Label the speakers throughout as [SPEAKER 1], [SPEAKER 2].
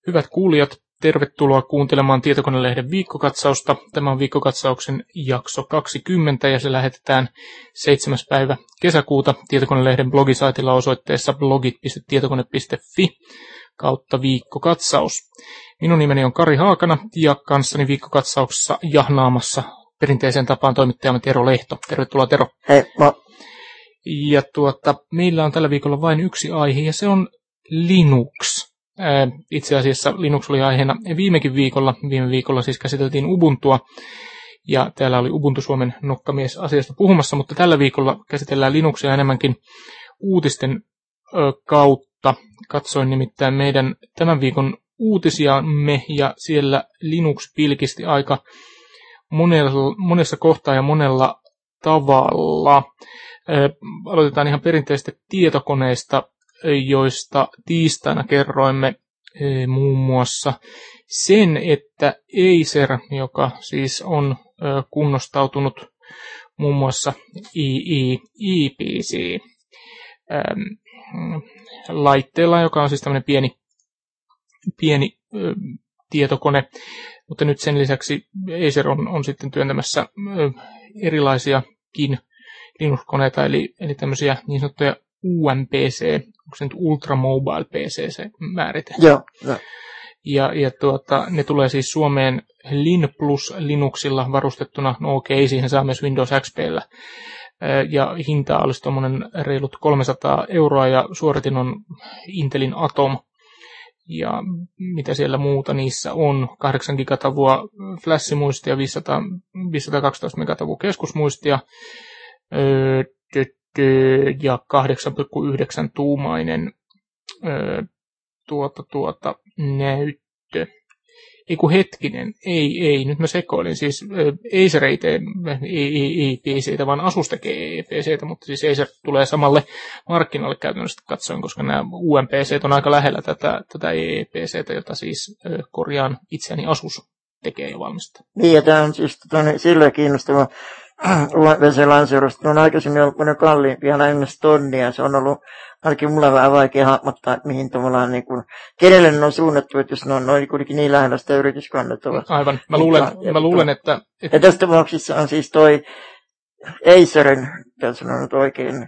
[SPEAKER 1] Hyvät kuulijat, tervetuloa kuuntelemaan Tietokonelehden viikkokatsausta. Tämä on viikkokatsauksen jakso 20 ja se lähetetään 7. päivä kesäkuuta Tietokonelehden blogisaitilla osoitteessa blogit.tietokone.fi/viikkokatsaus. Minun nimeni on Kari Haakana ja kanssani viikkokatsauksessa jahnaamassa perinteiseen tapaan toimittajamme Tero Lehto. Tervetuloa Tero.
[SPEAKER 2] Hei,
[SPEAKER 1] Ja meillä on tällä viikolla vain yksi aihe ja se on Linux. Itse asiassa Linux oli aiheena viime viikolla siis käsiteltiin Ubuntua, ja täällä oli Ubuntu Suomen nokkamies asiasta puhumassa, mutta tällä viikolla käsitellään Linuxia enemmänkin uutisten kautta. Katsoin nimittäin meidän tämän viikon uutisiamme, ja siellä Linux pilkisti aika monessa kohtaa ja monella tavalla. Aloitetaan ihan perinteisesti tietokoneista, joista tiistaina kerroimme muun muassa sen, että Acer, joka siis on kunnostautunut muun muassa EPC-laitteella, joka on siis tämmöinen pieni tietokone, mutta nyt sen lisäksi Acer on sitten työntämässä erilaisiakin Linux-koneita, eli tämmöisiä niin sanottuja UMPC, onko se nyt Ultra Mobile PC se määrite?
[SPEAKER 2] Joo.
[SPEAKER 1] Ja ne tulee siis Suomeen Lin Plus Linuxilla varustettuna, no okei, siihen saa myös Windows XP:llä. Ja hintaa olisi tuommoinen reilut 300 € ja suoritin on Intelin Atom. Ja mitä siellä muuta niissä on, 8 gigatavua flashimuistia, 512 megatavua keskusmuistia, ja 8,9 tuumainen näyttö. Ei, nyt mä sekoilin, siis Acer ei tee EPC:tä, vaan Asus tekee EPC:tä, mutta siis Acer tulee samalle markkinalle käytännössä katsoen, koska nämä UMPC:t on aika lähellä tätä EPC:tä, jota siis korjaan itseäni Asus tekee jo valmista.
[SPEAKER 2] Niin, ja tämä on siis silleen kiinnostava UMPC-lanseurasta. On aikaisemmin ollut paljon kalliimpi, ihan lähemmäs tonnia. Se on ollut ainakin mulla vähän vaikea hahmottaa, että mihin tavallaan niin kuin, kenelle ne on suunnattu, että jos ne on noin kuitenkin niin lähellä sitä yrityskannetta.
[SPEAKER 1] Aivan. Mä luulen, että...
[SPEAKER 2] Ja tässä tapauksessa on siis toi Acerin, tämän sanonut oikein,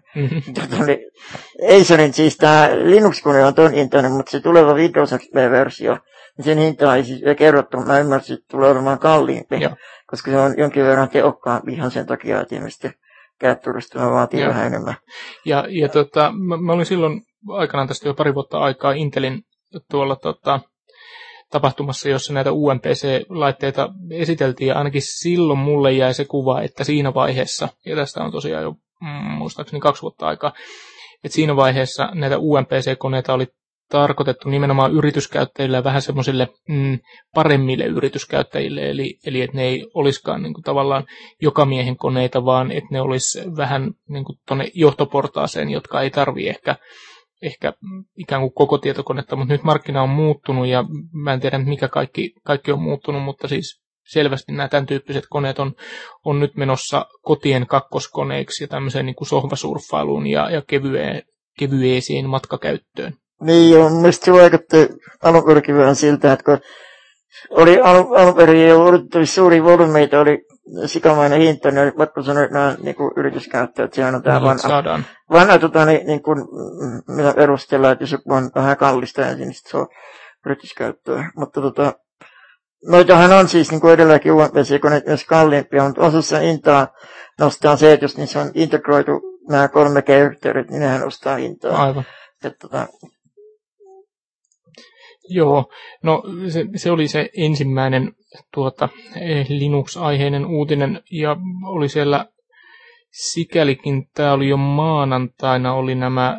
[SPEAKER 2] Acerin siis tämä Linux-kone on ton hintainen, mutta se tuleva Windows XP-versio, sen hinta ei siis kerrottu, mä ymmärsin, että tulee olemaan kalliimpi, koska se on jonkin verran tehokkaampi ihan sen takia, että ilmeisesti käyttöydestöä vaatii vähän enemmän. Ja
[SPEAKER 1] mä olin silloin aikanaan tästä jo pari vuotta aikaa Intelin tuolla tapahtumassa, jossa näitä UMPC-laitteita esiteltiin, ja ainakin silloin mulle jäi se kuva, että siinä vaiheessa, ja tästä on tosiaan jo muistaakseni 2 vuotta aikaa, että siinä vaiheessa näitä UMPC-koneita oli tarkoitettu nimenomaan yrityskäyttäjille ja vähän semmoisille paremmille yrityskäyttäjille, eli että ne ei olisikaan niin kuin tavallaan jokamiehen koneita, vaan että ne olisi vähän niin kuin tuonne johtoportaaseen, jotka ei tarvitse ehkä ikään kuin koko tietokonetta, mutta nyt markkina on muuttunut ja mä en tiedä mikä kaikki on muuttunut, mutta siis selvästi nämä tämän tyyppiset koneet on nyt menossa kotien kakkoskoneiksi ja tämmöiseen niin kuin sohvasurffailuun ja kevyeseen matkakäyttöön.
[SPEAKER 2] Niin joo, mielestäni se vaikutti alun perin vähän siltä, että kun oli alun perin jo odotettavissa suuria volyymeita, oli sikamainen hinta, niin oli pakko sanoa, että nämä niin yrityskäyttäjät, sehän on tämä vanha niin kuin, mitä perustellaan, että jos joku on vähän kallista ensin, niin se on yrityskäyttöä. Mutta noitahan on siis niin kuin edelläkin UMPC-koneet myös kalliimpia, mutta osassa hintaa nostaa se, että jos niissä on integroitu nämä 3G-yhteydet, niin nehän nostaa hintaa.
[SPEAKER 1] Aivan. Joo, no se oli se ensimmäinen Linux-aiheinen uutinen, ja oli siellä sikälikin, tämä oli jo maanantaina, oli nämä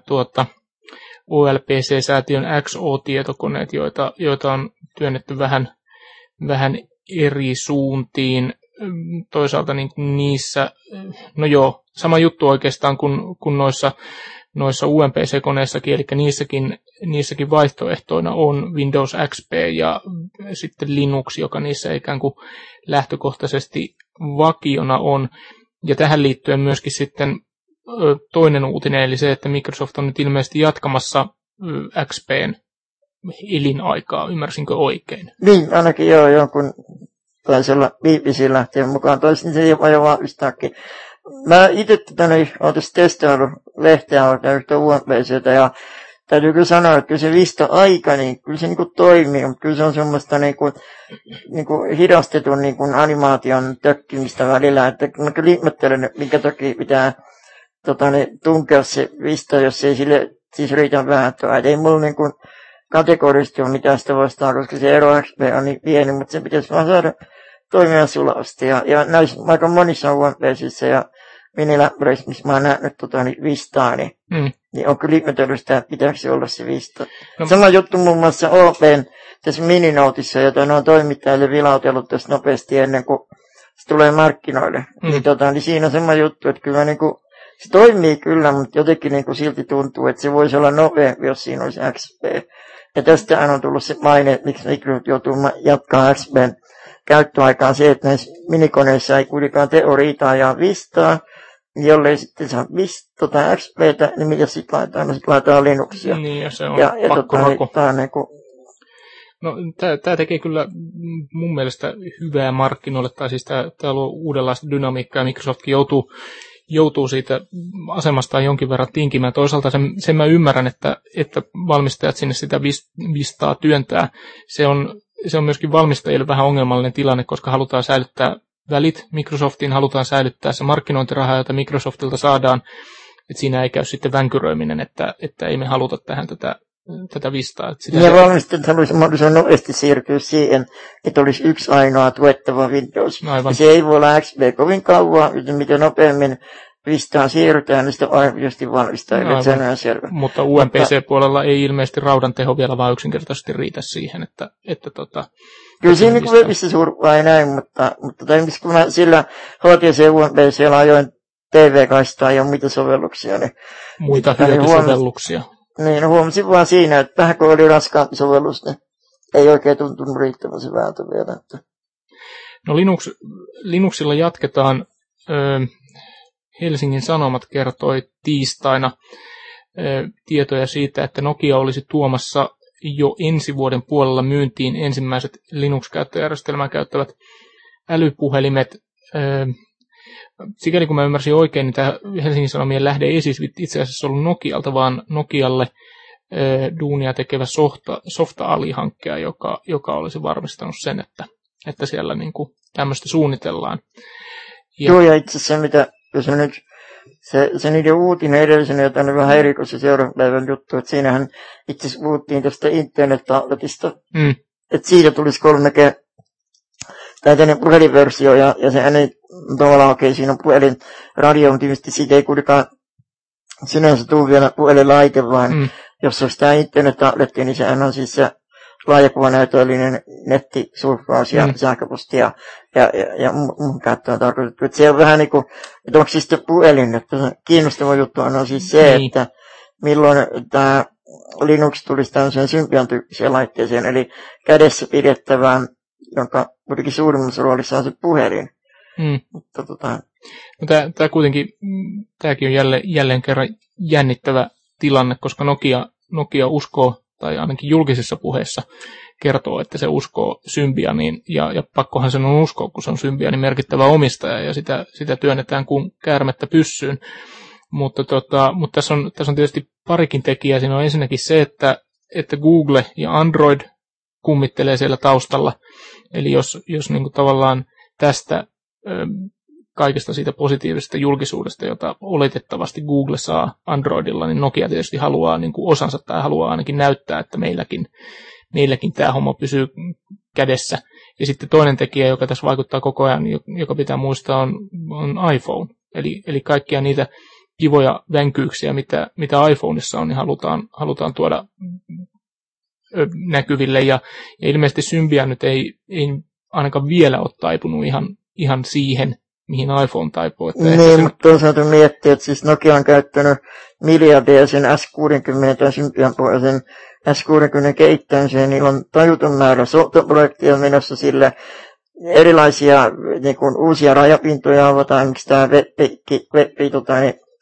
[SPEAKER 1] OLPC-säätiön XO-tietokoneet, joita on työnnetty vähän eri suuntiin. Toisaalta niin niissä, no joo, sama juttu oikeastaan kuin noissa UMPC-koneissakin, eli niissäkin vaihtoehtoina on Windows XP ja sitten Linux, joka niissä ikään kuin lähtökohtaisesti vakiona on. Ja tähän liittyen myöskin sitten toinen uutinen, eli se, että Microsoft on nyt ilmeisesti jatkamassa XPn elinaikaa, ymmärsinkö oikein?
[SPEAKER 2] Niin, ainakin jonkun taisi olla BBC-lähteen mukaan, toisin se jopa jo vahvistaakin. Mä itse olen tässä testaillut lehteä yhtä UMPCtä ja täytyy kyllä sanoa, että kyllä se Vista-aika, niin kyllä se niinku toimii, mutta kyllä se on semmoista niinku hidastetun niinku animaation tökkimistä välillä, että mä kyllä ihmettelen, minkä takia pitää tunkea se Vista, jos ei sille siis riitä vääntöä. Ei mulla niinku kategorisesti ole mitään sitä vastaan, koska se ero XP on niin pieni, mutta se pitäisi vaan saada toimia sulavasti. Ja näissä aika monissa UMP:sissä ja miniläppäreissä, missä mä oon nähnyt Vistaa, niin on kyllä ihmetellyt sitä, että pitääkö se olla se Vista. No. Sama juttu muun muassa OPn tässä mininoutissa, jota ne on toimittajille vilautellut tässä nopeasti ennen kuin se tulee markkinoille. Niin siinä on sama juttu, että kyllä niinku, se toimii kyllä, mutta jotenkin niinku silti tuntuu, että se voisi olla nopeampi, jos siinä olisi XP. Ja tästähän on tullut se maine, että miksi Microsoft joutuu jatkaa XPn käyttöaikaan se, että näissä minikoneissa ei kuitenkaan tee riitaa ja Vistaa, jollei sitten saa XPtä, niin mitä sitten laitetaan? No sitten laitetaan Linuxia.
[SPEAKER 1] Niin, ja se on pakkorako. No, tämä tekee kyllä mun mielestä hyvää markkinoille, tai siis tämä luo uudenlaista dynamiikkaa, ja Microsoftkin joutuu siitä asemastaan jonkin verran tinkimään. Toisaalta sen mä ymmärrän, että valmistajat sinne sitä Vistaa työntää. Se on myöskin valmistajille vähän ongelmallinen tilanne, koska halutaan säilyttää välit Microsoftiin, halutaan säilyttää se markkinointiraha, jota Microsoftilta saadaan, että siinä ei käy sitten vänkyröiminen, että ei me haluta tähän tätä Vistaa.
[SPEAKER 2] Ja valmistajat haluaisivat mahdollisimman nopeasti siirtyä siihen, että olisi yksi ainoa tuettava Windows.
[SPEAKER 1] Aivan.
[SPEAKER 2] Ja se ei voi olla XP kovin kauan, joten mitä nopeammin Vistaan siirrytään, niin sitä varmasti valmistajille, se on selvä.
[SPEAKER 1] Mutta UMPC-puolella ei ilmeisesti raudan teho vielä vaan yksinkertaisesti riitä siihen, että
[SPEAKER 2] kyllä siinä niin webissä surppaa ei näin, mutta esimerkiksi kun mä sillä HTC UMPC:llä ajoin TV-kaistaa ja muita sovelluksia, niin
[SPEAKER 1] muita hyötysovelluksia.
[SPEAKER 2] Niin, huomasin vaan siinä, että vähän kun oli raskaampi sovellus, niin ei oikein tuntunut riittävän se vääntö vielä.
[SPEAKER 1] No Linuxilla jatketaan. Helsingin Sanomat kertoi tiistaina tietoja siitä, että Nokia olisi tuomassa jo ensi vuoden puolella myyntiin ensimmäiset Linux-käyttöjärjestelmää käyttävät älypuhelimet. Sikäli kun mä ymmärsin oikein, niin tämä Helsingin Sanomien lähde ei siis itse asiassa ollut Nokialta, vaan Nokialle duunia tekevä Softa-alihankkija, joka olisi varmistanut sen, että siellä niin kuin tämmöistä suunnitellaan.
[SPEAKER 2] Joo, ja itse asiassa mitä, jos on nyt se niiden uutinen edellisenä, jota on vähän erikoisen seuraavan päivän juttu, että siinähän itse asiassa puhuttiin tästä internet-tabletista, että siitä tulisi 3G, tai tämmöinen puhelinversio, ja sehän ei tavallaan okei, siinä on puhelin radio, mutta tietysti siitä ei kuitenkaan sinänsä tule vielä puhelinlaite, vaan jos olisi tämä internet-tabletti, niin sehän on siis se laajakuvanäytöllinen nettisurffaus ja sähköposti ja mun käyttöön tarkoitettu. Että se on vähän niin kuin, että onko siis sitten puhelin, että kiinnostava juttu on siis se, että milloin tämä Linux tulisi tämmöiseen Symbian-tyyppiseen laitteeseen, eli kädessä pidettävään, jonka kuitenkin suurimmassa roolissa on se puhelin. Mutta
[SPEAKER 1] no tämä kuitenkin, tämäkin on jälleen kerran jännittävä tilanne, koska Nokia uskoo, tai ainakin julkisissa puheissa kertoo, että se uskoo Symbianiin, ja pakkohan sen on uskoa, kun se on Symbianin merkittävä omistaja, ja sitä työnnetään kuin käärmettä pyssyyn. Mutta tässä on tietysti parikin tekijää. Siinä on ensinnäkin se, että Google ja Android kummittelee siellä taustalla. Eli jos niin kuin tavallaan tästä kaikesta siitä positiivisesta julkisuudesta, jota oletettavasti Google saa Androidilla, niin Nokia tietysti haluaa niin kuin osansa tai haluaa ainakin näyttää, että meilläkin tämä homma pysyy kädessä. Ja sitten toinen tekijä, joka tässä vaikuttaa koko ajan, joka pitää muistaa, on iPhone. Eli kaikkia niitä kivoja vänkyyksiä, mitä iPhoneissa on, niin halutaan tuoda näkyville. Ja ilmeisesti Symbian nyt ei ainakaan vielä ole taipunut ihan siihen, mihin iPhone taipuu.
[SPEAKER 2] Niin, mutta toisaalta miettiä, että siis Nokia on käyttänyt miljardia sen S60 tai Symbian puolisen S60 kehittämiseen. Niillä on tajuton määrä softaprojekteja menossa sille. Erilaisia niin kuin uusia rajapintoja avataan, esimerkiksi tämä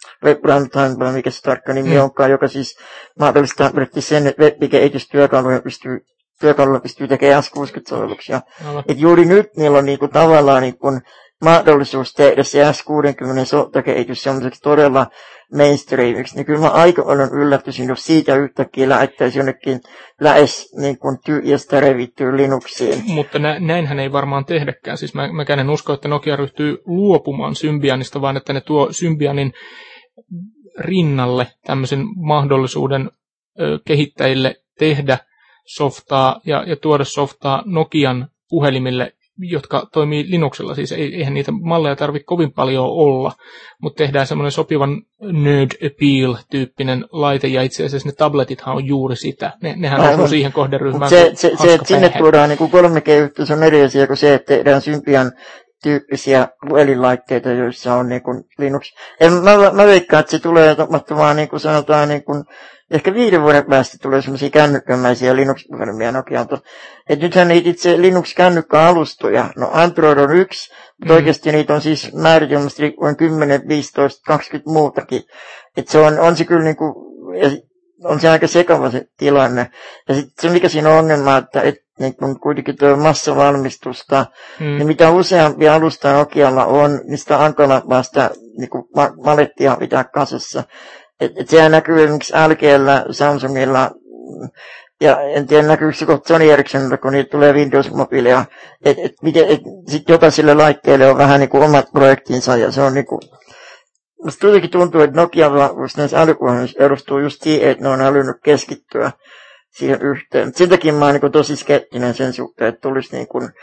[SPEAKER 2] web runtime, mikä se tarkka nimi onkaan, joka siis mahdollistaa sen, että web-kehitystyökaluja pystyy tekemään S60-sovelluksia. Et juuri nyt niillä on niinku tavallaan niinku mahdollisuus tehdä se S60-softakehitys sellaiseksi todella mainstreamiksi, niin kyllä mä aika paljon yllättyisin, jos siitä yhtäkkiä lähettäisiin jonnekin lähes niin kuin tyhjästä revittyä Linuxiin.
[SPEAKER 1] Mutta näinhän ei varmaan tehdäkään. Siis mäkään en usko, että Nokia ryhtyy luopumaan Symbianista, vaan että ne tuo Symbianin rinnalle tämmöisen mahdollisuuden kehittäjille tehdä softaa ja tuoda softaa Nokian puhelimille, jotka toimii Linuxilla. Siis eihän niitä malleja tarvitse kovin paljon olla, mutta tehdään semmoinen sopivan nerd appeal-tyyppinen laite, ja itse asiassa ne tabletithan on juuri sitä. Nehän osuu siihen kohderyhmään.
[SPEAKER 2] Se että sinne tuodaan niin 3G-yhteys on eri asia kuin se, että tehdään Symbian tyyppisiä puhelinlaitteita, joissa on niin kuin Linux. Mä veikkaan, että se tulee tapahtumaan, niin kuin sanotaan, niin kuin ehkä 5 vuoden päästä tulee semmoisia kännykkämäisiä Linux-puhelimia Nokialta. Että nythän niitä itse Linux-kännykkäalustoja, no Android on yksi, mutta oikeasti niitä on siis määritelmästi riippuen 10, 15, 20 muutakin. Että se on se kyllä niinku, on se aika sekava se tilanne. Ja sitten se mikä siinä on ongelma, että niin kun kuitenkin tuo massavalmistusta, niin mitä useampia alusta Nokialla on, niin sitä hankalampaa sitä niin malettia pitää kasassa. Et sehän näkyy esimerkiksi LG:llä, Samsungilla, ja en tiedä näkyykö se kohta Sony Ericssonilla, kun niitä tulee Windows-mobiileja. Sitten jokaiselle laitteelle on vähän niin kuin omat projektinsa, ja se on niin kuin, musta jotenkin tuntuu, että Nokian vahvuus näissä älypuhelimissa perustuu just siihen, että ne on älynyt keskittyä siihen yhteen. Sen takia mä oon niin tosi skeptinen sen suhteen, että tulisi niin kuin,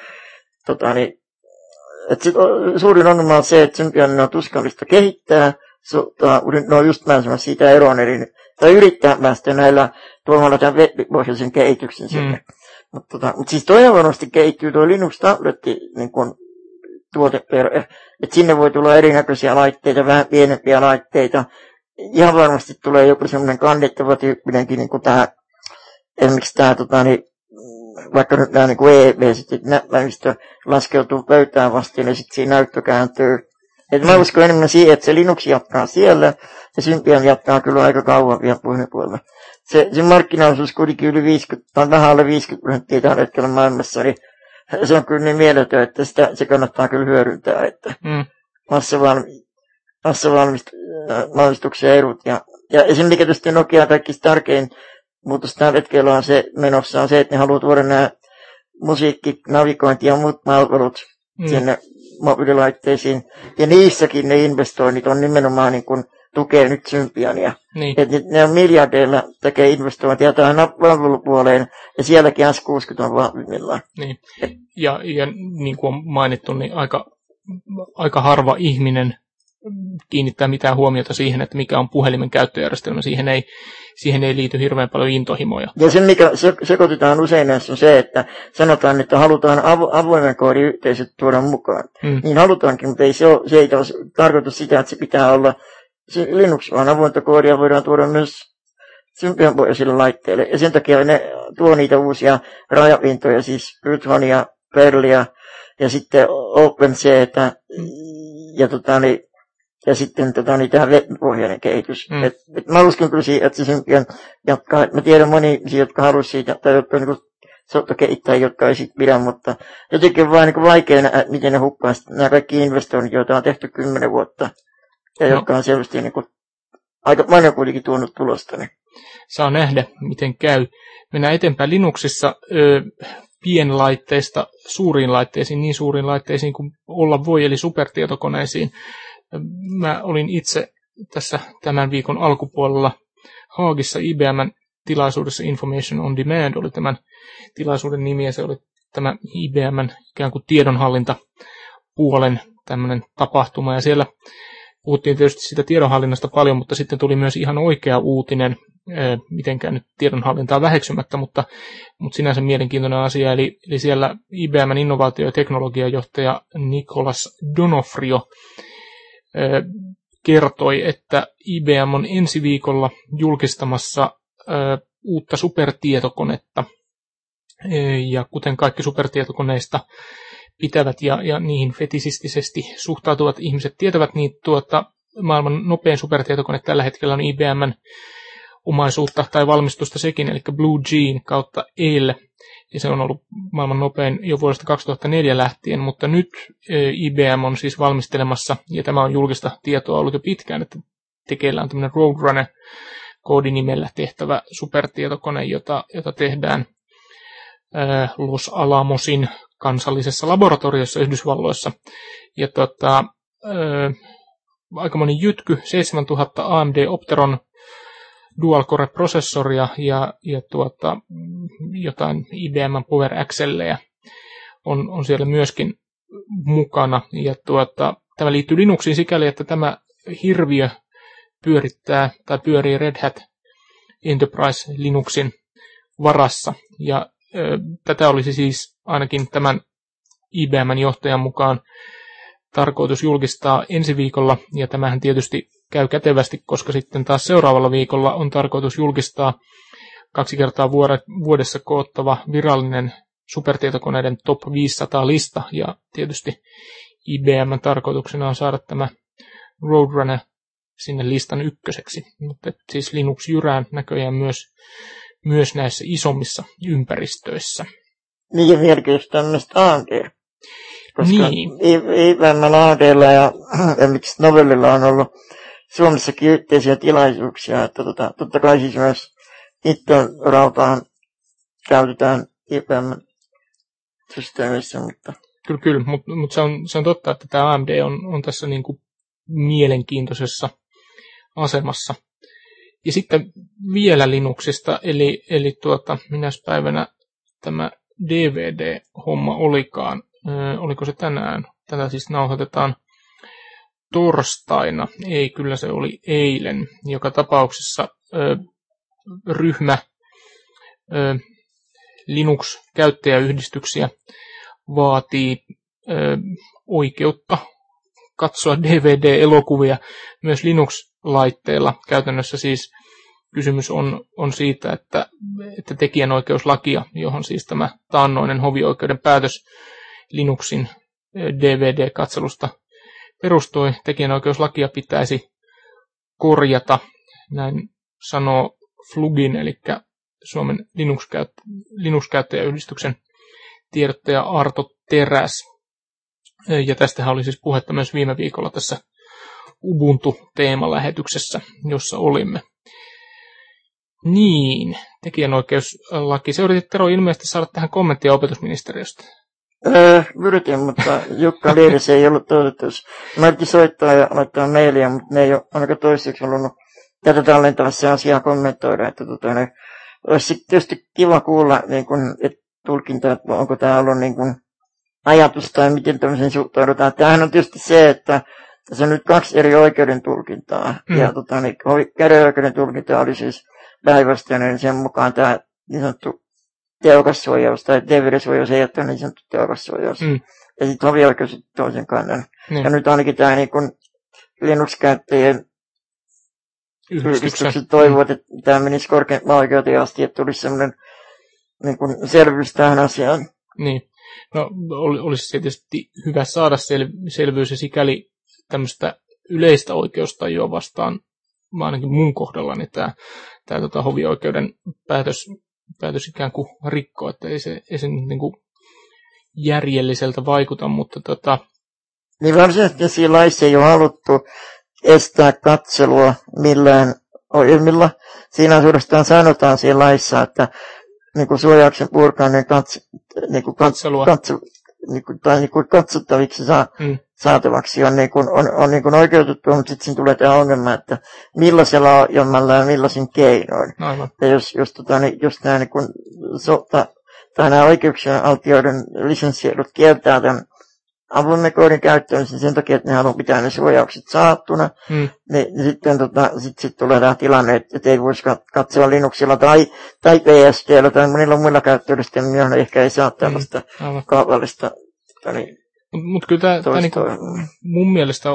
[SPEAKER 2] suurin ongelma on se, että Symbian on tuskallista kehittää, ne on just pääsemässä siitä eroon, tai yrittää päästä näillä tuomalla tämän web-pohjaisen kehityksen sinne. Mutta siis toivottavasti kehittyy tuo Linux-tabletti niin kuin tuoteperhe, että sinne voi tulla erinäköisiä laitteita, vähän pienempiä laitteita. Ihan varmasti tulee joku semmoinen kannettava tyyppinenkin, niin kuin tämä, esimerkiksi tämä, vaikka nyt nämä niin EEB, sitten näppäimistö laskeutuu pöytään vastaan ja sitten siinä näyttö kääntyy. Et mä uskon enemmän siihen, että se Linux jatkaa siellä, ja Symbian jatkaa kyllä aika kauan vielä puhelipuolella. Se markkinaosuus kuitenkin yli 50, tai vähän alle 50% tällä hetkellä maailmassa, niin se on kyllä niin mieletön, että se kannattaa kyllä hyödyntää, että massavalmistuksen edut. Ja se, mikä tietysti Nokia kaikista tärkein muutos tällä hetkellä on se, menossa on se, että ne haluaa tuoda nämä musiikki, navigointi ja muut palvelut sinne mobiililaitteisiin. Ja niissäkin ne investoinnit on nimenomaan niin kuin tukee nyt Symbiania.
[SPEAKER 1] Niin.
[SPEAKER 2] Että ne on miljardeilla tekee investointia tähän palvelupuoleen, ja sielläkin S60 on vahvimmillaan.
[SPEAKER 1] Niin. Ja niin kuin on mainittu, niin aika harva ihminen kiinnittää mitään huomiota siihen, että mikä on puhelimen käyttöjärjestelmä. Siihen ei liity hirveän paljon intohimoja. Ja
[SPEAKER 2] se, mikä sekoitetaan usein näissä, on se, että sanotaan, että halutaan avoimen koodin yhteisöt tuoda mukaan. Niin halutaankin, mutta se ei tarkoita sitä, että se pitää olla se Linux, vaan avointa koodia voidaan tuoda myös Symbian pohjaisille laitteille. Ja sen takia ne tuo niitä uusia rajapintoja, siis Pythonia, Perlia ja sitten OpenC:tä ja sitten tämä web-pohjainen kehitys. Mä uskon kyllä siihen, että se Symbian jatkaa. Mä tiedän moni, jotka haluaisi siitä, tai jotka on niin softakehittäjiä, jotka ei siitä pidä, mutta jotenkin on vaan niin vaikea nähdä, miten ne hukkaa nämä kaikki investoinnit, joita on tehty 10 vuotta. Ja jotka on selvästi niin kuin, aika paljon kuitenkin tuonut tulosta. Niin.
[SPEAKER 1] Saa nähdä, miten käy. Mennään eteenpäin Linuxissa pienlaitteista suuriin laitteisiin, niin suuriin laitteisiin kuin olla voi, eli supertietokoneisiin. Mä olin itse tässä tämän viikon alkupuolella Haagissa IBM:n tilaisuudessa Information on Demand oli tämän tilaisuuden nimi, ja se oli tämä IBM:n ikään kuin tiedonhallintapuolen tämmöinen tapahtuma, ja siellä puhuttiin tietysti sitä tiedonhallinnasta paljon, mutta sitten tuli myös ihan oikea uutinen, mitenkään nyt tiedonhallintaa väheksymättä, mutta sinänsä mielenkiintoinen asia. Eli siellä IBM:n innovaatio- ja teknologiajohtaja Nicolas Donofrio kertoi, että IBM on ensi viikolla julkistamassa uutta supertietokonetta. Ja kuten kaikki supertietokoneista pitävät ja niihin fetisistisesti suhtautuvat ihmiset tietävät, niin maailman nopein supertietokone tällä hetkellä on IBM:n omaisuutta tai valmistusta sekin, eli Blue Gene kautta EIL, ja se on ollut maailman nopein jo vuodesta 2004 lähtien, mutta nyt IBM on siis valmistelemassa, ja tämä on julkista tietoa ollut jo pitkään, että tekeillä on tämmöinen Roadrunner-koodinimellä tehtävä supertietokone, jota tehdään Los Alamosin kansallisessa laboratoriossa Yhdysvalloissa. Ja aikamoinen jytky, 7000 AMD Opteron dual-core-prosessoria ja jotain IBM Power XL:ejä on siellä myöskin mukana. Ja tämä liittyy Linuxiin sikäli, että tämä hirviö pyörii Red Hat Enterprise Linuxin varassa. Ja tätä olisi siis ainakin tämän IBM:n johtajan mukaan tarkoitus julkistaa ensi viikolla, ja tämähän tietysti käy kätevästi, koska sitten taas seuraavalla viikolla on tarkoitus julkistaa 2 kertaa vuodessa koottava virallinen supertietokoneiden top 500 lista, ja tietysti IBM:n tarkoituksena on saada tämä Roadrunner sinne listan ykköseksi, mutta siis Linux jyrää näköjään myös näissä isommissa ympäristöissä.
[SPEAKER 2] Niin, ja vieläkin tämmöistä AMD. Koska
[SPEAKER 1] niin.
[SPEAKER 2] IBM AMD:llä ja miksi Novellilla on ollut Suomessakin yhteisiä tilaisuuksia, että totta kai siis myös Intel rautaan käytetään IBM-systeemissä, mutta...
[SPEAKER 1] Kyllä, mutta se on totta, että tämä AMD on tässä niin kuin mielenkiintoisessa asemassa. Ja sitten vielä Linuxista, eli minäs päivänä tämä DVD-homma olikaan. Oliko se tänään? Tätä siis nauhoitetaan torstaina. Ei, kyllä se oli eilen. Joka tapauksessa ryhmä Linux-käyttäjäyhdistyksiä vaatii oikeutta katsoa DVD-elokuvia myös Linux-laitteilla. Käytännössä siis kysymys on siitä, että tekijänoikeuslakia, johon siis tämä taannoinen hovioikeuden päätös Linuxin DVD-katselusta perustui, tekijänoikeuslakia pitäisi korjata, näin sanoo Flugin, eli Suomen Linux-käyttäjäyhdistyksen tiedottaja Arto Teräs. Ja tästähän oli siis puhetta myös viime viikolla tässä Ubuntu-teemalähetyksessä, jossa olimme. Niin, tekijänoikeuslaki. Se yritit, Tero, ilmeisesti saada tähän kommenttia opetusministeriöstä.
[SPEAKER 2] Yritin, mutta Jukka Liedis ei ollut toivottavasti. Mä yritin soittaa ja laittaa mailia, mutta ne ei ole ainakaan toiseksi halunnut tätä tallentavassa asiaa kommentoida. Että olisi tietysti kiva kuulla niin kun, tulkinta, että onko tämä ollut niin kun, ajatus tai miten tämmöisen suhtaudutaan. Tämähän on tietysti se, että tässä on nyt 2 eri oikeuden tulkintaa. Ja käräjäoikeuden tulkinta oli siis päinvastainen, sen mukaan tämä niin sanottu teokassuojaus tai DVD-suojaus ei ole niin sanottu teokassuojaus. Ja sitten hovioikeus toisen kannan. Ja nyt ainakin tämä niin kun Linux-käyttäjien yhdistykset toivovat, että tämä menisi korkeimpaan oikeuteen asti, että tulisi sellainen niin kun selvyys tähän asiaan.
[SPEAKER 1] Niin. No, olisi tietysti hyvä saada selvyys, ja sikäli tämmöistä yleistä oikeustajua vastaan, ainakin mun kohdallani tämä hovioikeuden päätös ikään kuin rikkoo, että ei se niin kuin järjelliseltä vaikuta, mutta
[SPEAKER 2] Niin varsinaisesti siinä laissa ei ole haluttu estää katselua millään ohjelmilla. Siinä suorastaan sanotaan siinä laissa, että niin suojauksen purkainen katselua tai katsottaviksi saatavaksi on oikeutettu, mutta sitten siinä tulee tämä ongelma, että millaisella ohjelmalla ja millaisin keinoin.
[SPEAKER 1] Aivan.
[SPEAKER 2] Ja jos nämä tai nämä oikeuksien altioiden lisenssiehdot kieltää tämän avoimen koodin käyttöön, niin sen takia, että ne haluaa pitää ne suojaukset saattuna, niin sitten tulee tämä tilanne, että ei voisi katsoa Linuxilla tai PST:llä tai monilla muilla käyttöydistelmillä, johon ehkä ei saa tällaista kaupallista.
[SPEAKER 1] Mutta kyllä tämä niinku, mun mielestä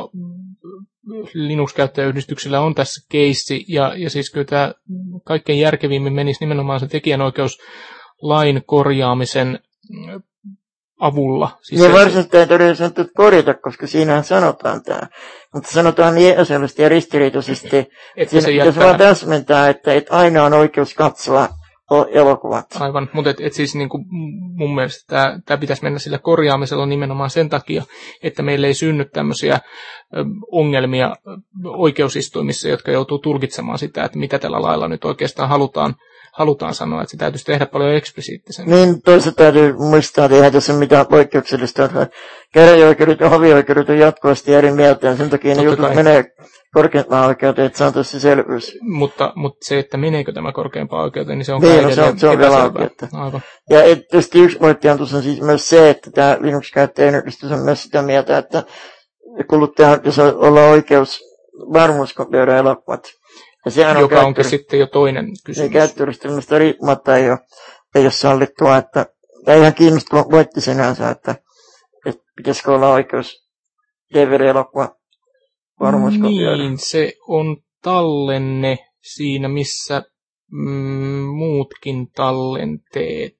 [SPEAKER 1] Linux-käyttäjäyhdistyksillä on tässä keissi, ja siis kyllä tämä kaikkein järkevimmin menisi nimenomaan se tekijänoikeuslain korjaamisen avulla.
[SPEAKER 2] Siis varsinaisesti ei todella korjata, koska siinähän sanotaan tämä. Mutta sanotaan niin epäselvästi ja ristiriitaisesti, että jos vaan täsmentää, että aina on oikeus katsoa elokuvat.
[SPEAKER 1] Aivan, mutta siis niin kuin mun mielestä tämä pitäisi mennä sillä korjaamisella nimenomaan sen takia, että meille ei synny tämmöisiä ongelmia oikeusistuimissa, jotka joutuu tulkitsemaan sitä, että mitä tällä lailla nyt oikeastaan halutaan sanoa, että se täytyisi tehdä paljon eksplisiittisemmin.
[SPEAKER 2] Niin, toisaalta täytyy muistaa, että eihän tässä mitään poikkeuksellista, että käräjäoikeudet ja hovioikeudet on jatkuvasti eri mieltä, ja sen takia ne jutut menee korkeimpaan oikeuteen, että se on tosi selvyys.
[SPEAKER 1] Mutta se, että meneekö tämä korkeimpaan oikeuteen, niin se on
[SPEAKER 2] se on vielä auki. Ja tietysti yksi pointtiantus on siis myös se, että tämä Linux-käyttäjäyhdistys on myös sitä mieltä, että kuluttaja, jos ollaan oikeus varmuuskopioida elokuvat.
[SPEAKER 1] Joka onkin sitten jo toinen kysymys.
[SPEAKER 2] Käyttöyhdistelmästä riippumatta ei ole sallittua, että ei ihan kiinnostava pointti sinänsä, että pitäisikö olla oikeus DVD-elokuva varmuuskopioida.
[SPEAKER 1] Niin, se on tallenne siinä, missä muutkin tallenteet.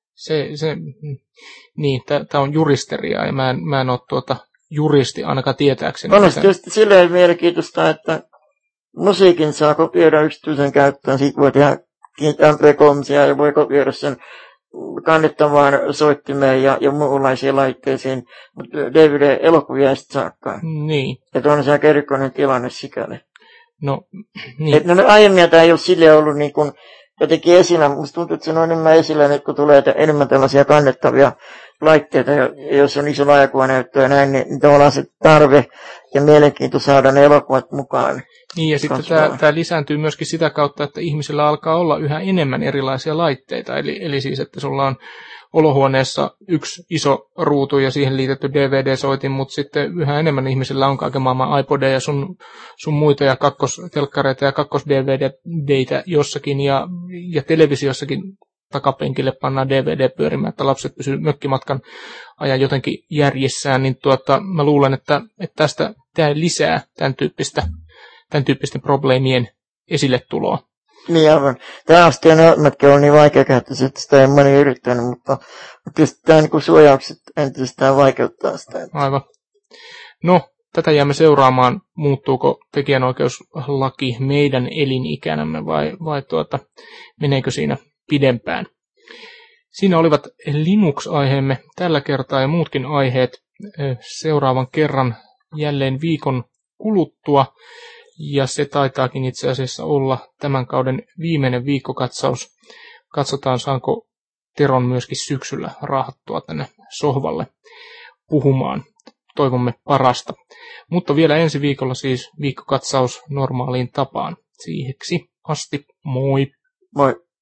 [SPEAKER 1] Niin, tämä on juristeriaa ja mä en ole juristi ainakaan tietääkseni.
[SPEAKER 2] On tietysti silleen mielenkiintoista, että musiikin saa kopioida yksityisen käyttöön, siitä voi tehdä MP3 ja voi kopioida sen kannettavaan soittimeen ja muunlaisiin laitteisiin, mutta DVD-elokuvia ei sitten saakaan.
[SPEAKER 1] Niin.
[SPEAKER 2] Että on se erikoinen tilanne sikäli.
[SPEAKER 1] No, niin.
[SPEAKER 2] Aiemmin tämä ei ole silleen ollut niin kuin jotenkin esillä, musta tuntuu, että se on enemmän esillä nyt, kun tulee enemmän tällaisia kannettavia laitteita, jos on iso laajakuvanäyttö ja näin, niin tavallaan se tarve ja mielenkiinto saada ne elokuvat mukaan.
[SPEAKER 1] Niin, ja sitten tämä lisääntyy myöskin sitä kautta, että ihmisillä alkaa olla yhä enemmän erilaisia laitteita. Eli siis, että sulla on olohuoneessa yksi iso ruutu ja siihen liitetty DVD-soitin, mutta sitten yhä enemmän ihmisillä on kaiken maailman iPodeja, sun muita ja kakkostelkkareita ja kakkos-DVDitä jossakin ja televisiossakin takapenkille pannaan DVD pyörimään, että lapset pysyvät mökkimatkan ajan jotenkin järjissään, niin mä luulen, että tästä tämä lisää tämän tyyppisten probleemien esille tuloa.
[SPEAKER 2] Niin aivan. Tämä asti on on niin vaikeakäyttöisiä, että sitä ei moni yrittänyt, mutta tietysti tämä niin suojaukset entisestään vaikeuttaa sitä.
[SPEAKER 1] Aivan. No, tätä jäämme seuraamaan. Muuttuuko tekijänoikeuslaki meidän elinikänämme vai meneekö siinä pidempään? Siinä olivat Linux-aiheemme tällä kertaa ja muutkin aiheet seuraavan kerran jälleen viikon kuluttua. Ja se taitaakin itse asiassa olla tämän kauden viimeinen viikkokatsaus. Katsotaan, saanko Teron myöskin syksyllä raahattua tänne sohvalle puhumaan. Toivomme parasta. Mutta vielä ensi viikolla siis viikkokatsaus normaaliin tapaan. Siiheksi asti, moi!
[SPEAKER 2] Moi!